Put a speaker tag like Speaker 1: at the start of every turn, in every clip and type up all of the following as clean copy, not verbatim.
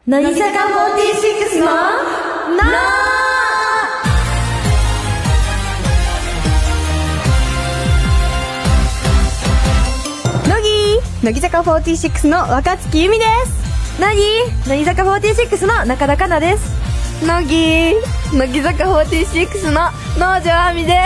Speaker 1: 乃木坂46の
Speaker 2: 乃木坂46の若月由美です。
Speaker 1: 乃木坂46の中田香奈です。
Speaker 3: 乃木坂46の能條亜美です。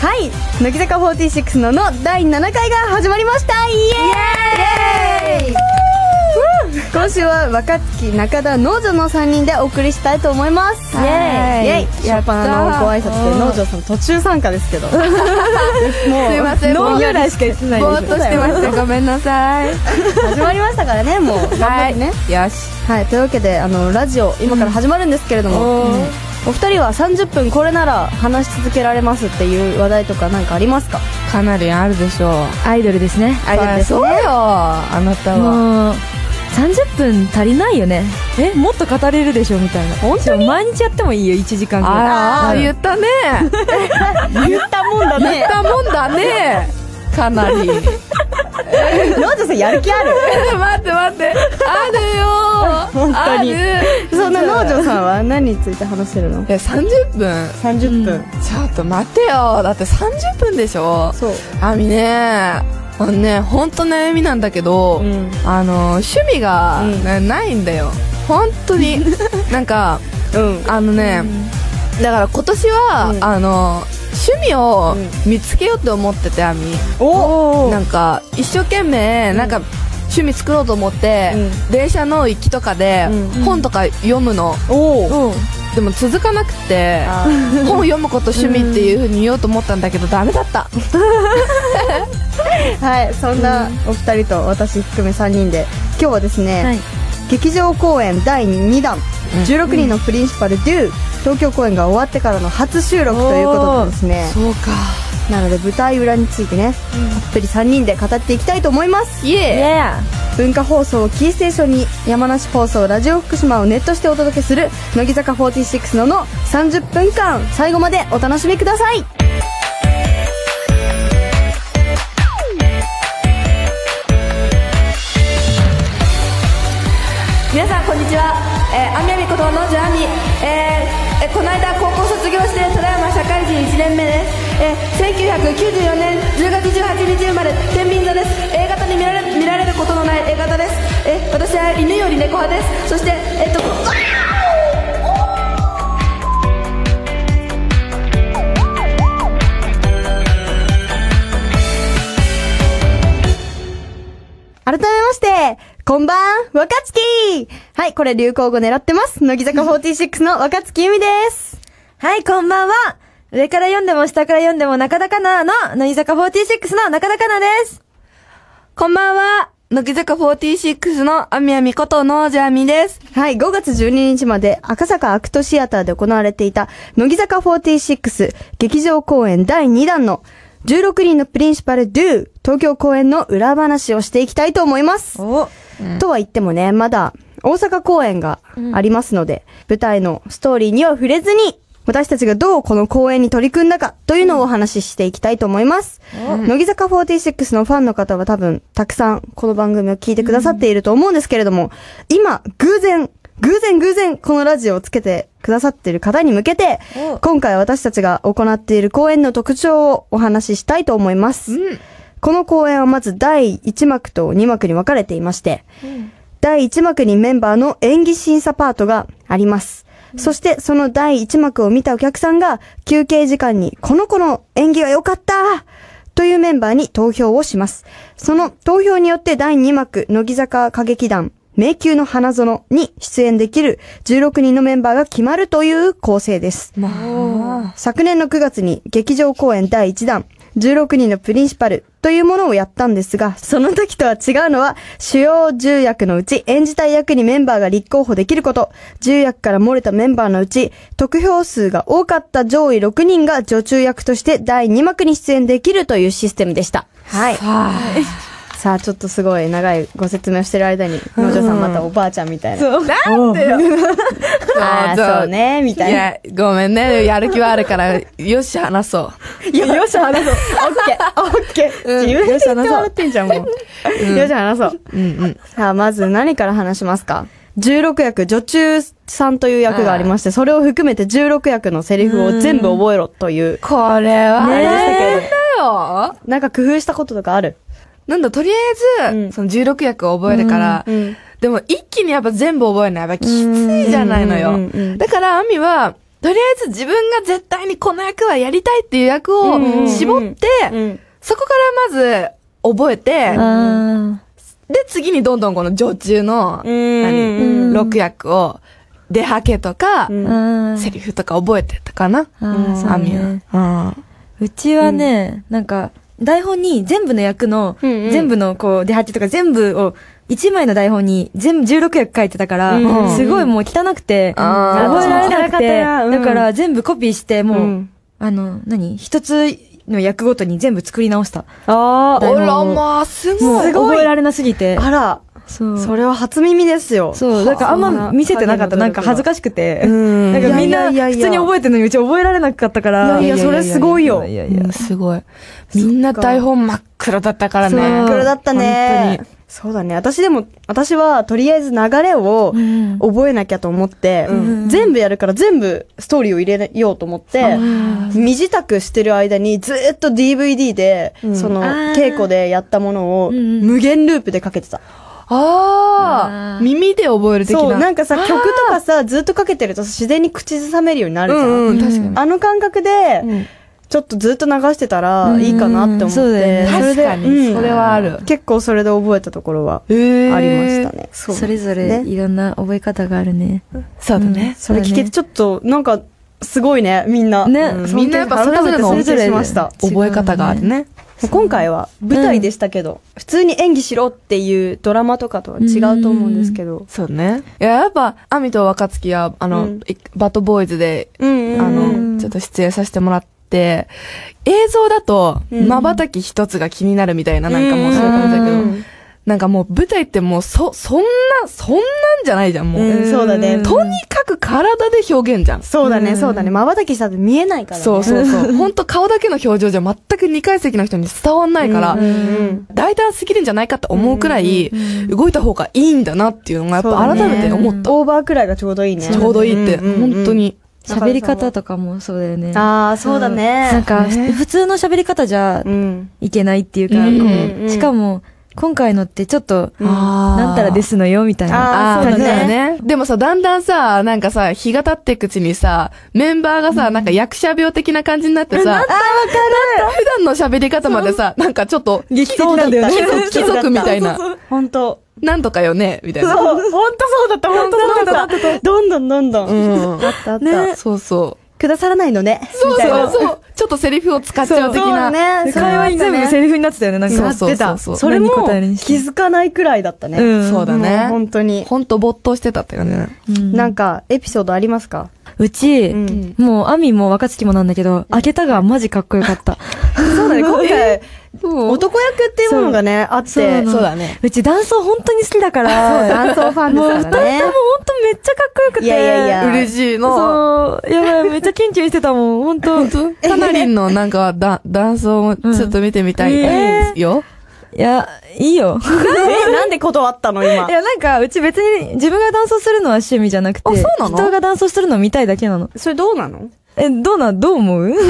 Speaker 2: はい、乃木坂46の第7回が始まりました。イエーイ今週は若月、中田、能條の3人でお送りしたいと思います。
Speaker 1: イエーイ
Speaker 2: シャパンご挨拶で能條さん途中参加ですけどもう
Speaker 3: すいません、
Speaker 2: ノーぐらいしか言ってないです。
Speaker 3: ぼーっとしてました。ごめんなさい。
Speaker 2: 始まりましたからね、もう頑張ってね。
Speaker 3: よし。
Speaker 2: はい、というわけでラジオ今から始まるんですけれども、お二人は30分これなら話し続けられますっていう話題とか何かありますか？
Speaker 3: かなりあるでしょう。
Speaker 1: アイドルですね。
Speaker 2: アイドルですね。
Speaker 3: そうよ、あなたは。
Speaker 1: もう30分足りないよね。もっと語れるでしょみたいな。
Speaker 2: 本当に
Speaker 1: 毎日やってもいいよ、1時間ぐらい。
Speaker 3: ああ、言ったね。
Speaker 2: 言ったもんだね。
Speaker 3: 言ったもんだね。かなり。
Speaker 2: 能條さんやる気ある？
Speaker 3: 待ってあるよ。
Speaker 2: 本当に。そんな能條さんは何について話してるの
Speaker 3: ？30分。
Speaker 2: 30分。
Speaker 3: ちょっと待ってよ。だって30分でしょ。
Speaker 2: そう。
Speaker 3: あみね。本当悩みなんだけど、趣味が、ないんだよ。本当に。なんか、だから今年は、趣味を見つけようって思ってて、あみ。なんか、一生懸命、なんか、趣味作ろうと思って、電車の行きとかで、本とか読むの。でも続かなくて、本を読むこと趣味っていう風に言おうと思ったんだけど、ダメだった。
Speaker 2: はい、そんなお二人と私含め3人で今日はですね、劇場公演第2弾16人のプリンシパルデュー東京公演が終わってからの初収録ということでですね、
Speaker 3: そうか。
Speaker 2: なので舞台裏についてね、たっぷり3人で語っていきたいと思います。
Speaker 3: イエ
Speaker 2: ー文化放送をキーステーションに山梨放送ラジオ福島をネットしてお届けする乃木坂46の30分間、最後までお楽しみください。
Speaker 3: 皆さんこんにちは。あみあみこと能條あみ。この間高校卒業してただいま社会人1年目です。1994年10月18日生まれ、天秤座です。A 型に見られることのない A 型です。私は犬より猫派です。そして
Speaker 2: 改めまして、こんばん、若月。はい、これ流行語狙ってます。乃木坂46の若月由美です。
Speaker 1: はい、こんばんは。上から読んでも下から読んでも中田香奈の乃木坂46の中田香奈です。
Speaker 3: こんばんは。乃木坂46のあみあみこと能條あみです。
Speaker 2: はい、5月12日まで赤坂アクトシアターで行われていた乃木坂46劇場公演第2弾の16人のプリンシパルデュー東京公演の裏話をしていきたいと思います。とは言ってもね、まだ大阪公演がありますので、舞台のストーリーには触れずに、私たちがどうこの公演に取り組んだかというのをお話ししていきたいと思います。乃木坂46のファンの方は多分たくさんこの番組を聞いてくださっていると思うんですけれども、今偶然このラジオをつけてくださっている方に向けて、今回私たちが行っている公演の特徴をお話ししたいと思います。この公演はまず第1幕と2幕に分かれていまして、第1幕にメンバーの演技審査パートがあります。そしてその第1幕を見たお客さんが休憩時間にこの子の演技が良かったというメンバーに投票をします。その投票によって第2幕乃木坂歌劇団迷宮の花園に出演できる16人のメンバーが決まるという構成です。昨年の9月に劇場公演第1弾16人のプリンシパルというものをやったんですが、その時とは違うのは主要10役のうち演じたい役にメンバーが立候補できること、10役から漏れたメンバーのうち得票数が多かった上位6人が女中役として第2幕に出演できるというシステムでした。はい。さあちょっとすごい長いご説明をしてる間に能條さんまたおばあちゃんみたいな。
Speaker 3: そうなんでよ。
Speaker 2: ああそうねみたいな。
Speaker 3: いやごめんね、やる気はあるからよし話そう。
Speaker 2: よし話そう。オッケー。自分で言って笑ってんじゃんもう。よし話そう。さあまず何から話しますか。 16役、女中さんという役がありまして、それを含めて16役のセリフを全部覚えろという。
Speaker 3: これは
Speaker 2: ね
Speaker 3: 大変だよ。
Speaker 2: なんか工夫したこととかある？
Speaker 3: なんだ、とりあえず、その16役を覚えるから、でも一気にやっぱ全部覚えるのはやっぱきついじゃないのよ。だから、アミは、とりあえず自分が絶対にこの役はやりたいっていう役を絞って、そこからまず覚えて、で、次にどんどんこの女中の、6役を、出はけとか、セリフとか覚えてたかな。アミは。
Speaker 1: うちはね、なんか、台本に全部の役の、全部のこう、出はけとか全部を、1枚の台本に全部16役書いてたから、すごいもう汚くて、覚えられなくて、だから全部コピーして、もう、一つの役ごとに全部作り直した。
Speaker 3: あらまあ、すごい。
Speaker 1: 覚えられなすぎて。
Speaker 2: あら。そう。それは初耳ですよ。
Speaker 1: そう。だからあんま見せてなかった。なんか恥ずかしくて。なんかみんな普通に覚えてるのにうち覚えられなかったから。
Speaker 2: いや、それすごいよ。
Speaker 3: いや、すごい。みんな台本真っ黒だったからね。
Speaker 2: 真っ黒だったね。本当に。そうだね。私はとりあえず流れを覚えなきゃと思って、全部やるから全部ストーリーを入れようと思って、身支度してる間にずっと DVD で、その稽古でやったものを無限ループでかけてた。
Speaker 3: 耳で覚える的な。
Speaker 2: そう、なんかさ、曲とかさ、ずっとかけてると自然に口ずさめるようになるじゃん。
Speaker 3: 確かに。
Speaker 2: あの感覚で、ちょっとずっと流してたらいいかなって思って。
Speaker 3: 確かに。それはある。
Speaker 2: 結構それで覚えたところはありましたね。
Speaker 1: それぞれいろんな覚え方があるね。
Speaker 3: そうだね。
Speaker 2: それ聞けてちょっと、なんか、すごいね、みんな。
Speaker 1: ね。
Speaker 3: みんなやっぱそれぞれの覚え方があるね。
Speaker 2: 今回は舞台でしたけど、普通に演技しろっていうドラマとかとは違うと思うんですけど。
Speaker 3: そうね。いや、やっぱ、アミと若月は、バッドボーイズで、ちょっと出演させてもらって、映像だと、瞬き一つが気になるみたいな、なんかもうそういう感じだけど、なんかもう舞台ってもうそんなんじゃないじゃん、もう。
Speaker 2: そうだね。
Speaker 3: とにかく体で表現じゃん。
Speaker 2: そうだね、そうだね。瞬きしたって見えないからね。
Speaker 3: そう。ほんと顔だけの表情じゃ全く2階席の人に伝わんないから、大胆すぎるんじゃないかって思うくらい、動いた方がいいんだなっていうのがやっぱ改めて思った。
Speaker 2: オーバーくらいがちょうどいいね。
Speaker 3: ちょうどいいって、本当に。
Speaker 1: 喋り方とかもそうだよね。
Speaker 2: ああ、そうだね。
Speaker 1: なんか、普通の喋り方じゃいけないっていうか、しかも、今回のってちょっと、なんたらですのよ、みたいな。
Speaker 3: そうだね。でもさ、だんだんさ、なんかさ、日が経っていくうちにさ、メンバーがさ、なんか役者病的な感じになってさ、
Speaker 1: わかる。
Speaker 3: 普段の喋り方までさ、なんかちょっと、
Speaker 1: 劇的なんだよね。
Speaker 3: 貴族みたいな。
Speaker 2: ほんと。
Speaker 3: なんとかよね、みたいな。
Speaker 2: そう、ほんとそうだった、ほんとそうだった。どんどん。あったあった。
Speaker 3: そうそう。
Speaker 2: くださらないのね。
Speaker 3: そう。ちょっとセリフを使っちゃう的な。
Speaker 2: ね。
Speaker 1: 会話に全部セリフになってたよね、なんか。
Speaker 3: そう。
Speaker 2: それも気づかないくらいだったね。
Speaker 3: そうだね。
Speaker 2: 本当に。
Speaker 3: ほんと没頭してたって感じね。
Speaker 2: なんか、エピソードありますか？
Speaker 1: うち、もう、アミも若月もなんだけど、開けたがマジかっこよかった。
Speaker 2: そうだね、今回、男役っていうものがね、あって。
Speaker 3: そうだね。
Speaker 1: うちダンス本当に好きだから。
Speaker 2: ダンスファンですからね。
Speaker 1: もう二人とも本当めっちゃかっこよくて。
Speaker 2: いや。
Speaker 3: 嬉しいの。
Speaker 1: そう。やばい、めっちゃキュンキュンしてたもん、本当
Speaker 3: カナリンのなんか、ダンスをちょっと見てみたいよ。
Speaker 1: いや、いいよ。
Speaker 2: なんで断ったの今。
Speaker 1: いや、なんか、うち別に自分がダンスをするのは趣味じゃなくて、人がダンスをするのを見たいだけなの。
Speaker 2: それどうなの？
Speaker 1: どう思う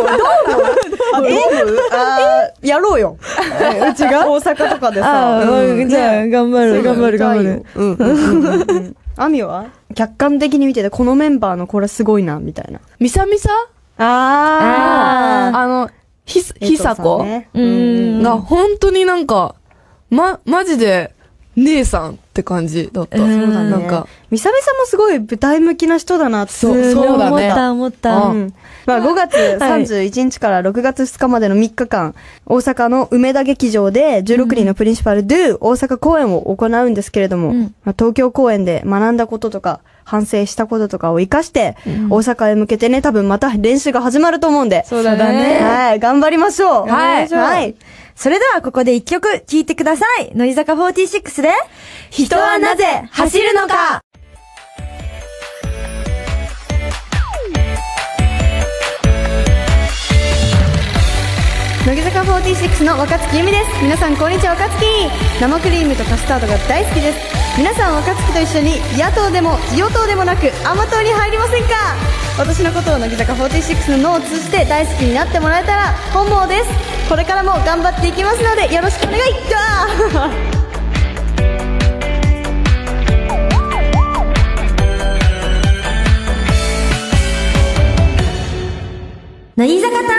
Speaker 2: やろうよ。うちが大阪とかでさ。
Speaker 1: じゃあ、頑張る。
Speaker 2: アミは客観的に見てて、このメンバーのこれすごいな、みたいな。
Speaker 3: ミサひさこが本当になんか、マジで姉さんって感じだった。そうだね。なんか、
Speaker 2: ミサミさんもすごい舞台向きな人だなって。
Speaker 3: そうだね。
Speaker 1: 思った。
Speaker 2: まあ5月31日から6月2日までの3日間、大阪の梅田劇場で16人のプリンシパルド大阪公演を行うんですけれども、東京公演で学んだこととか、反省したこととかを活かして、大阪へ向けてね、多分また練習が始まると思うんで。
Speaker 1: そうだね。
Speaker 2: はい、頑張りましょう。
Speaker 1: はい。それではここで一曲聴いてください。乃木坂46で、人はなぜ走るのか。乃木坂
Speaker 2: 坂46の若月由美です。皆さんこんにちは。若月、生クリームとカスタードが大好きです。皆さん若月と一緒に野党でも与党でもなく甘党に入りませんか？私のことを乃木坂46の脳を通じて大好きになってもらえたら本望です。これからも頑張っていきますのでよろしくお願い。
Speaker 1: 乃木坂探偵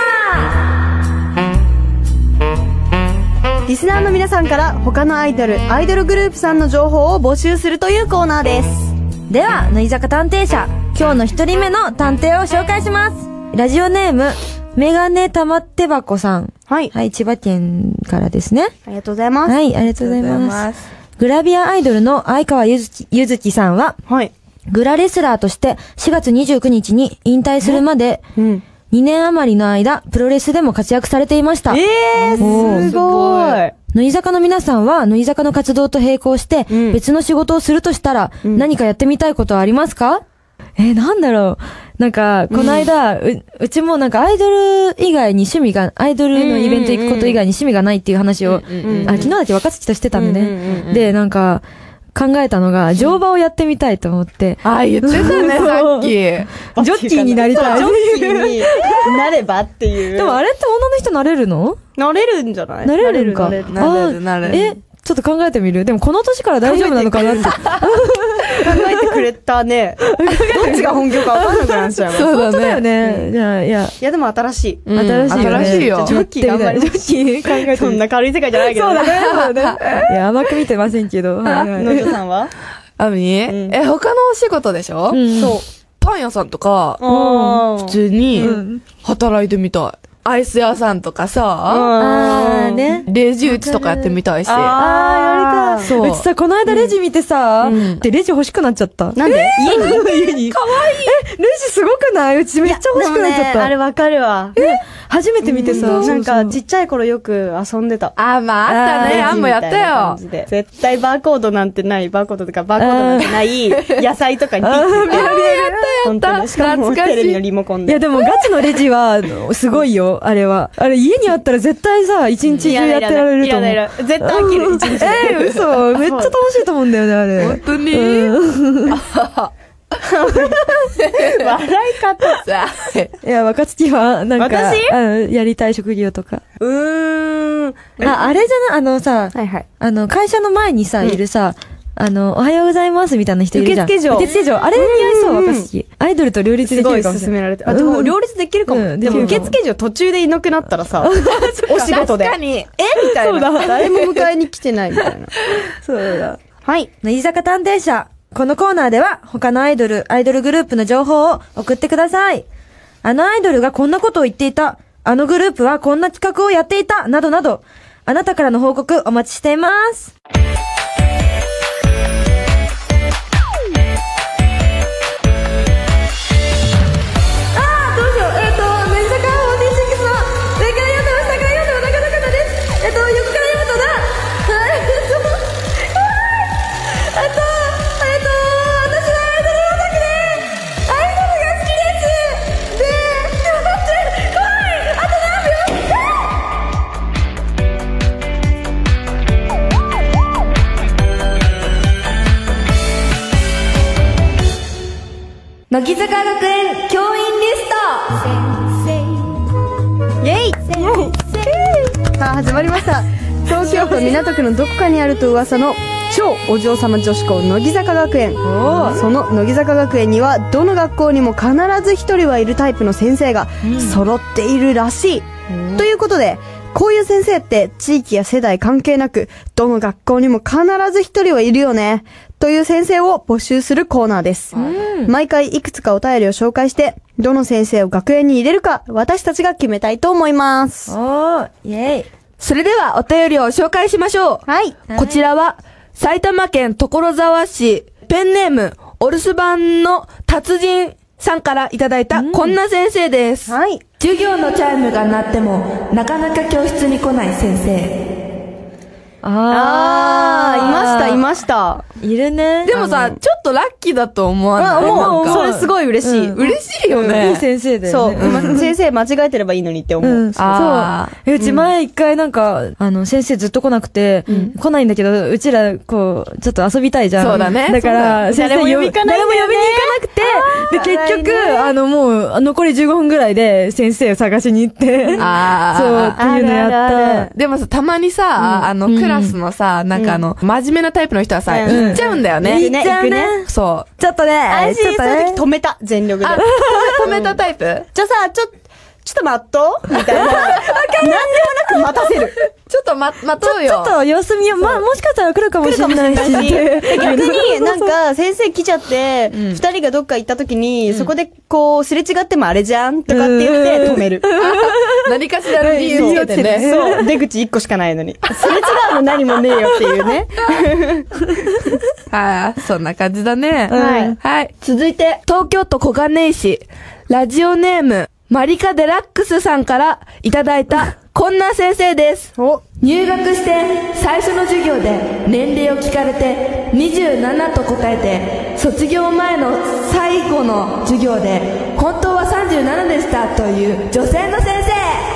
Speaker 2: リスナーの皆さんから他のアイドルグループさんの情報を募集するというコーナーです。
Speaker 1: では、乃木坂探偵社、今日の一人目の探偵を紹介します。ラジオネーム、メガネ玉手箱さん。
Speaker 2: はい。
Speaker 1: はい、千葉県からですね。
Speaker 2: ありがとうございます。
Speaker 1: はい、ありがとうございます。グラビアアイドルの相川ゆずきさんは、はい。グラレスラーとして4月29日に引退するまで、2年余りの間、プロレスでも活躍されていました。
Speaker 2: すごい。
Speaker 1: 乃木坂の皆さんは、乃木坂の活動と並行して、別の仕事をするとしたら、何かやってみたいことはありますか？なんだろう。なんか、この間、うちもなんかアイドル以外に趣味が、アイドルのイベント行くこと以外に趣味がないっていう話を、昨日だけ若月としてたんでね。で、なんか、考えたのが、乗馬をやってみたいと思って。
Speaker 3: 言ってたね、さっき。ジ
Speaker 1: ョッキーになりたい。
Speaker 2: ジョッキーになればっていう。
Speaker 1: でもあれって女の人なれるの？
Speaker 2: なれるんじゃない？
Speaker 1: なれるんか。
Speaker 3: なれる。
Speaker 1: ちょっと考えてみる？でもこの年から大丈夫なのかなって。考
Speaker 2: えてくれたね。どっちが本業か分かんなくなっちゃう。
Speaker 1: そうだよね。いや
Speaker 2: でも新しい。
Speaker 3: 新しいよ。
Speaker 2: ジョッキー頑張り。ジョッキー考えて。そんな軽い世界じゃないけど。
Speaker 1: そうだね。いや、甘く見てませんけど。
Speaker 2: のじょさんは？
Speaker 3: 他のお仕事でしょ？そう。パン屋さんとか、普通に働いてみたい。アイス屋さんとかさ、レジ打ちとかやってみたいし。
Speaker 1: やりたい。そう。うちさ、この間レジ見てさ、で、レジ欲しくなっちゃった。
Speaker 2: なんで？
Speaker 1: 家に。かわいい。レジすごくない？うちめっちゃ欲しくなっちゃった。
Speaker 2: あれわかるわ。
Speaker 1: 初めて見てさ、
Speaker 2: なんかちっちゃい頃よく遊んでた。
Speaker 3: あったね。もうやったよ。
Speaker 2: 絶対バーコードなんてない、バーコードとかバーコードなんてない野菜とかにピッて。
Speaker 3: やった。
Speaker 2: しかもテレビのリモコンで。
Speaker 1: いやでもガチのレジはすごいよ、あれは。あれ家にあったら絶対さ、一日中やってられると思う。
Speaker 2: 絶対飽きる、一日で。
Speaker 1: 嘘。めっちゃ楽しいと思うんだよね、あれ。
Speaker 3: 本当に？
Speaker 2: 笑い方さ。
Speaker 1: いや、若月は、なんか、やりたい職業とか。あれじゃないさ、会社の前にさ、いるさ、おはようございますみたいな人いるじゃん。
Speaker 2: 受付
Speaker 1: 嬢。あれ似合いそう、若月。アイドルと両立できるかもしれない。
Speaker 2: すごい勧められて。でも両立できるかも。でも受付嬢途中でいなくなったらさ、お仕事で。
Speaker 3: 確かに。
Speaker 2: みたいな。誰も迎えに来てないみたいな。
Speaker 1: そうだ。
Speaker 2: はい。
Speaker 1: 乃木坂探偵社。このコーナーでは他のアイドルグループの情報を送ってください。あのアイドルがこんなことを言っていた。あのグループはこんな企画をやっていた。などなど、あなたからの報告お待ちしています。乃木坂学園教員リスト
Speaker 2: イェイさあ始まりました。東京都港区のどこかにあると噂の超お嬢様女子校乃木坂学園。その乃木坂学園にはどの学校にも必ず一人はいるタイプの先生が揃っているらしい、ということで、こういう先生って地域や世代関係なくどの学校にも必ず一人はいるよねという先生を募集するコーナーです。毎回いくつかお便りを紹介してどの先生を学園に入れるか私たちが決めたいと思います。
Speaker 1: イェイ。
Speaker 3: それではお便りを紹介しましょう。
Speaker 2: はい。
Speaker 3: こちらは埼玉県所沢市ペンネームお留守番の達人さんからいただいたこんな先生です。
Speaker 2: はい。
Speaker 3: 授業のチャイムが鳴ってもなかなか教室に来ない先生。
Speaker 2: いました。
Speaker 1: いるね。
Speaker 3: でもさ、ちょっとラッキーだと思わない？
Speaker 2: もう、それすごい嬉しい。
Speaker 3: 嬉しいよね。
Speaker 1: いい先生だよね。
Speaker 2: そう。先生間違えてればいいのにって思う。
Speaker 1: そう。うち前一回なんか、先生ずっと来なくて、来ないんだけど、うちら、こう、ちょっと遊びたいじゃん。
Speaker 3: そうだね。
Speaker 1: だから、先生誰も呼びに行かなくて、で、結局、もう、残り15分ぐらいで先生を探しに行って、そう、っていうのやった。
Speaker 3: でもさ、たまにさ、クラスのさ、なんか真面目なタイプの人はさ、行っちゃうんだよね。
Speaker 2: 行っちゃうね。
Speaker 3: そう。
Speaker 1: ちょっとね、
Speaker 2: ちょっとね。止めた、全力で。
Speaker 3: 止めたタイプ？
Speaker 2: じゃあさ、ちょっと待っとみたいな。なんでもなく待たせる。
Speaker 3: ちょっと待とうよ。
Speaker 1: ちょっと様子見よう。まあ、もしかしたら来るかもしれないし。逆
Speaker 2: になんか先生来ちゃって、二人がどっか行った時に、そこでこう、すれ違ってもあれじゃんとかって言って止める。
Speaker 3: 何かしらの理由つけてね。
Speaker 2: そう。出口1個しかないのに。すれ違うの何もねえよっていうね。
Speaker 3: はい、そんな感じだね。
Speaker 2: はい。
Speaker 3: はい。続いて、東京都小金井市、ラジオネーム、マリカデラックスさんからいただいた、こんな先生です。入学して最初の授業で年齢を聞かれて27と答えて、卒業前の最後の授業で本当は37でしたという女性の先生。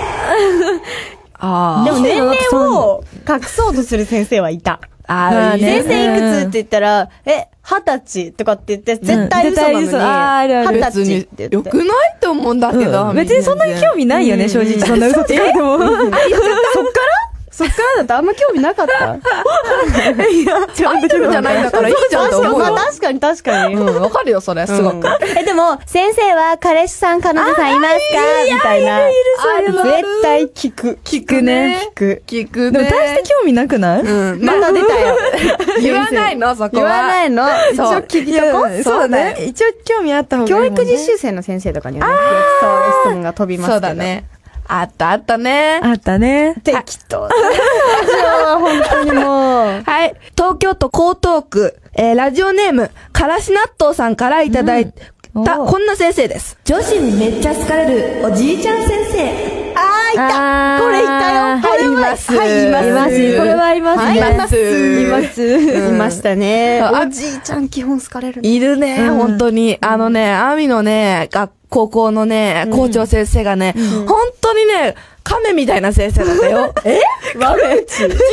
Speaker 2: でも年齢を隠そうとする先生はいた。先生いくつって言ったら、20歳とかって言って、絶対嘘なのに。20歳って言って。
Speaker 3: よくないって思うんだけど。
Speaker 1: 別にそんなに興味ないよね、正直。そんな嘘つかれても。
Speaker 2: そっからだとあんま興味なかった。
Speaker 3: いや、アイドルじゃないんだからいいじゃんと思うよ。
Speaker 2: まあ確かに。
Speaker 3: わかるよ、それ、すごく。
Speaker 2: でも、先生は彼氏さん、彼女さんいますかみたいな。絶対聞く。
Speaker 3: 聞くね。
Speaker 2: 聞くね。
Speaker 1: でも大して興味なくない？
Speaker 2: また出たよ。
Speaker 3: 言わないの、そこは。
Speaker 2: 言わないの。一応聞きとこ。
Speaker 1: そうだね。一応興味あった方がいい。
Speaker 2: 教育実習生の先生とかにはね、そう質問が飛びますけど。
Speaker 3: そうだね。あったね。
Speaker 1: あったね。
Speaker 2: 適当だ。本当にもう。
Speaker 3: はい。東京都江東区、ラジオネーム、からし納豆さんからいただいた、こんな先生です。女子にめっちゃ好かれるおじいちゃん先生。
Speaker 2: いた。これいたよ。
Speaker 3: これいます。
Speaker 1: います。これはいますね。
Speaker 2: います。いましたね。おじいちゃん基本好かれる。
Speaker 3: いるね、本当に。アミのね、高校のね、校長先生がね、本当にね、亀みたいな先生だったよ。
Speaker 2: 悪口？違う、
Speaker 3: 悪口じゃない。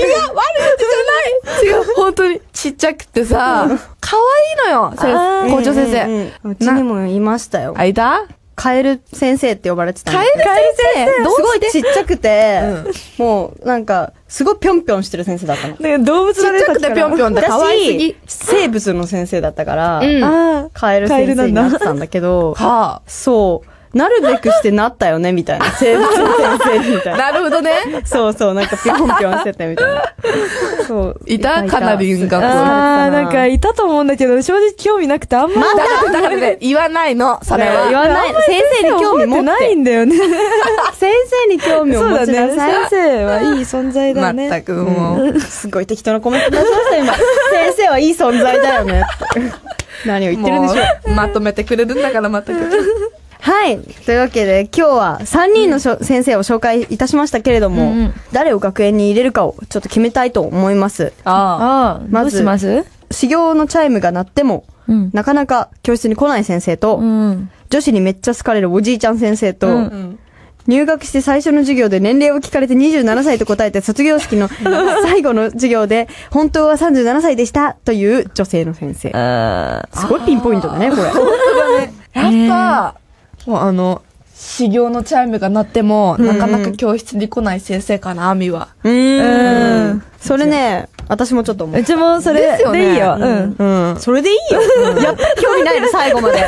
Speaker 3: 違う、本当にちっちゃくてさ、可愛いのよ、校長先生。
Speaker 2: うちにもいましたよ。
Speaker 3: いた？
Speaker 2: カエル先生って呼ばれてたの。
Speaker 3: カエル先生
Speaker 2: すごいちっちゃくて、もうなんか、すごいぴょんぴょんしてる先生だったの。
Speaker 1: 動物の
Speaker 3: ちっちゃくてぴょんぴょんで可愛すぎ。
Speaker 2: 生物の先生だったから、カエル
Speaker 1: 先
Speaker 2: 生になってたんだけど、そう。なるべくしてなったよねみたいな。生物の先生みたいな。
Speaker 3: なるほどね。
Speaker 2: そう、なんかぴょんぴょんしててみたいな。そう。
Speaker 3: いたかなりんが。
Speaker 1: なんかいたと思うんだけど、正直興味なくてあんま
Speaker 3: だからね、言わないの、それは。
Speaker 2: 言わないの。先生に興味持って
Speaker 1: ないんだよね。
Speaker 2: 先生に興味を持ちなさい。
Speaker 1: 先生はいい存在だね。
Speaker 3: 全くもう。
Speaker 2: すごい適当なコメント出しました、今。先生はいい存在だよね。何を言ってるんでしょ
Speaker 3: う。まとめてくれるんだから、全く。
Speaker 2: はい。というわけで、今日は3人の先生を紹介いたしましたけれども、誰を学園に入れるかをちょっと決めたいと思います。
Speaker 1: まず、
Speaker 2: 始業のチャイムが鳴っても、なかなか教室に来ない先生と、女子にめっちゃ好かれるおじいちゃん先生と、入学して最初の授業で年齢を聞かれて27歳と答えて卒業式の最後の授業で本当は37歳でしたという女性の先生。すごいピンポイントだね、これ。
Speaker 3: 本当だね。やっぱ、もう始業のチャイムが鳴っても、なかなか教室に来ない先生かな、アミは。
Speaker 2: それね、私もちょっと思う。
Speaker 1: うちもそれでいいよ。
Speaker 2: それでいいよ。やっぱり興味ないの、最後まで。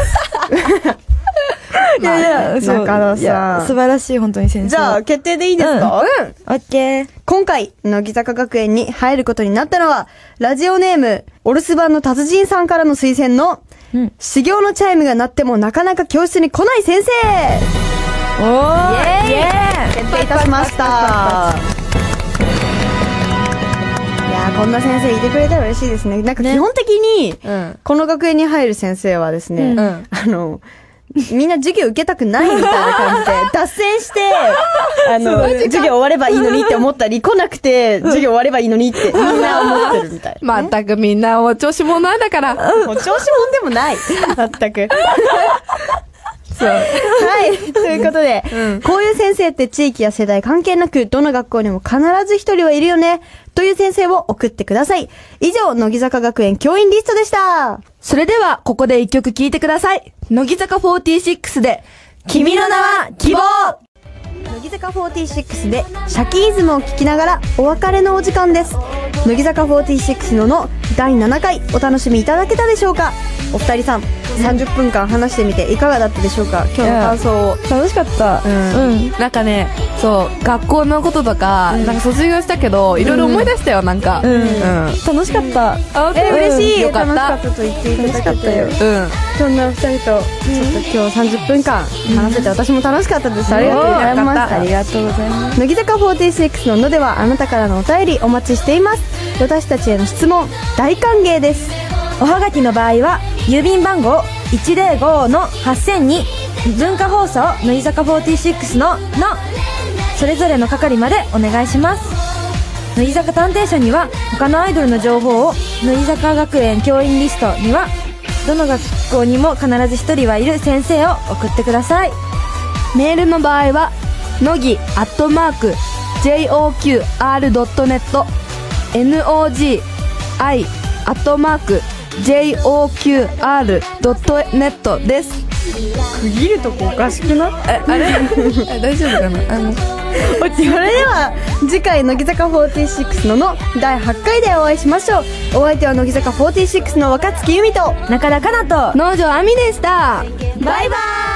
Speaker 1: いや、だからさ、素晴らしい、本当に先生。
Speaker 2: じゃあ、決定でいいですか？
Speaker 1: オッケー。
Speaker 2: 今回、乃木坂学園に入ることになったのは、ラジオネーム、お留守番の達人さんからの推薦の、始業のチャイムが鳴ってもなかなか教室に来ない先生。イエーイ！決定いたしました。いやー、こんな先生いてくれたら嬉しいですね。なんか基本的に、この学園に入る先生はですね、 みんな授業受けたくないみたいな感じで、脱線して、授業終わればいいのにって思ったり、来なくて、授業終わればいいのにってみんな思ってるみたい。
Speaker 3: まったくみんなお調子者なんだから。
Speaker 2: お調子者でもない。まったく。そう。はい。ということで、こういう先生って地域や世代関係なく、どの学校にも必ず一人はいるよね。という先生を送ってください。以上、乃木坂学園教員リストでした。
Speaker 3: それでは、ここで一曲聴いてください。乃木坂46で、君の名は希望。
Speaker 2: 乃木坂46でシャキーズムを聴きながらお別れのお時間です。乃木坂46の第7回お楽しみいただけたでしょうか。お二人さん30分間話してみていかがだったでしょうか。今日の感想を。
Speaker 1: 楽しかった。
Speaker 3: なんかね、そう、学校のこととか、なんか卒業したけど、いろいろ思い出したよ、なんか。
Speaker 1: 楽しかった。
Speaker 2: 嬉しい。
Speaker 3: よかった。
Speaker 2: 楽しかったと言っていただけたよ。そんな二人と、ちょっと今日30分間話せて私も楽しかったです。ありがとうございます。
Speaker 1: ありがとうございます。
Speaker 2: 乃木坂46ののではあなたからのお便りお待ちしています。私たちへの質問大歓迎です。
Speaker 1: おはがきの場合は郵便番号 105-8000 に文化放送乃木坂46のそれぞれの係までお願いします。乃木坂探偵社には他のアイドルの情報を、乃木坂学園教員リストにはどの学校にも必ず一人はいる先生を送ってください。
Speaker 3: メールの場合は乃木@joqr.net nogi@joqr.net です。
Speaker 2: 区切るとこおかしくない？
Speaker 3: あれ大丈夫かな。
Speaker 2: それでは次回乃木坂46の第8回でお会いしましょう。お相手は乃木坂46の若月由美と
Speaker 1: 中田香菜と
Speaker 3: 能條亜美でした。
Speaker 2: バイバーイ。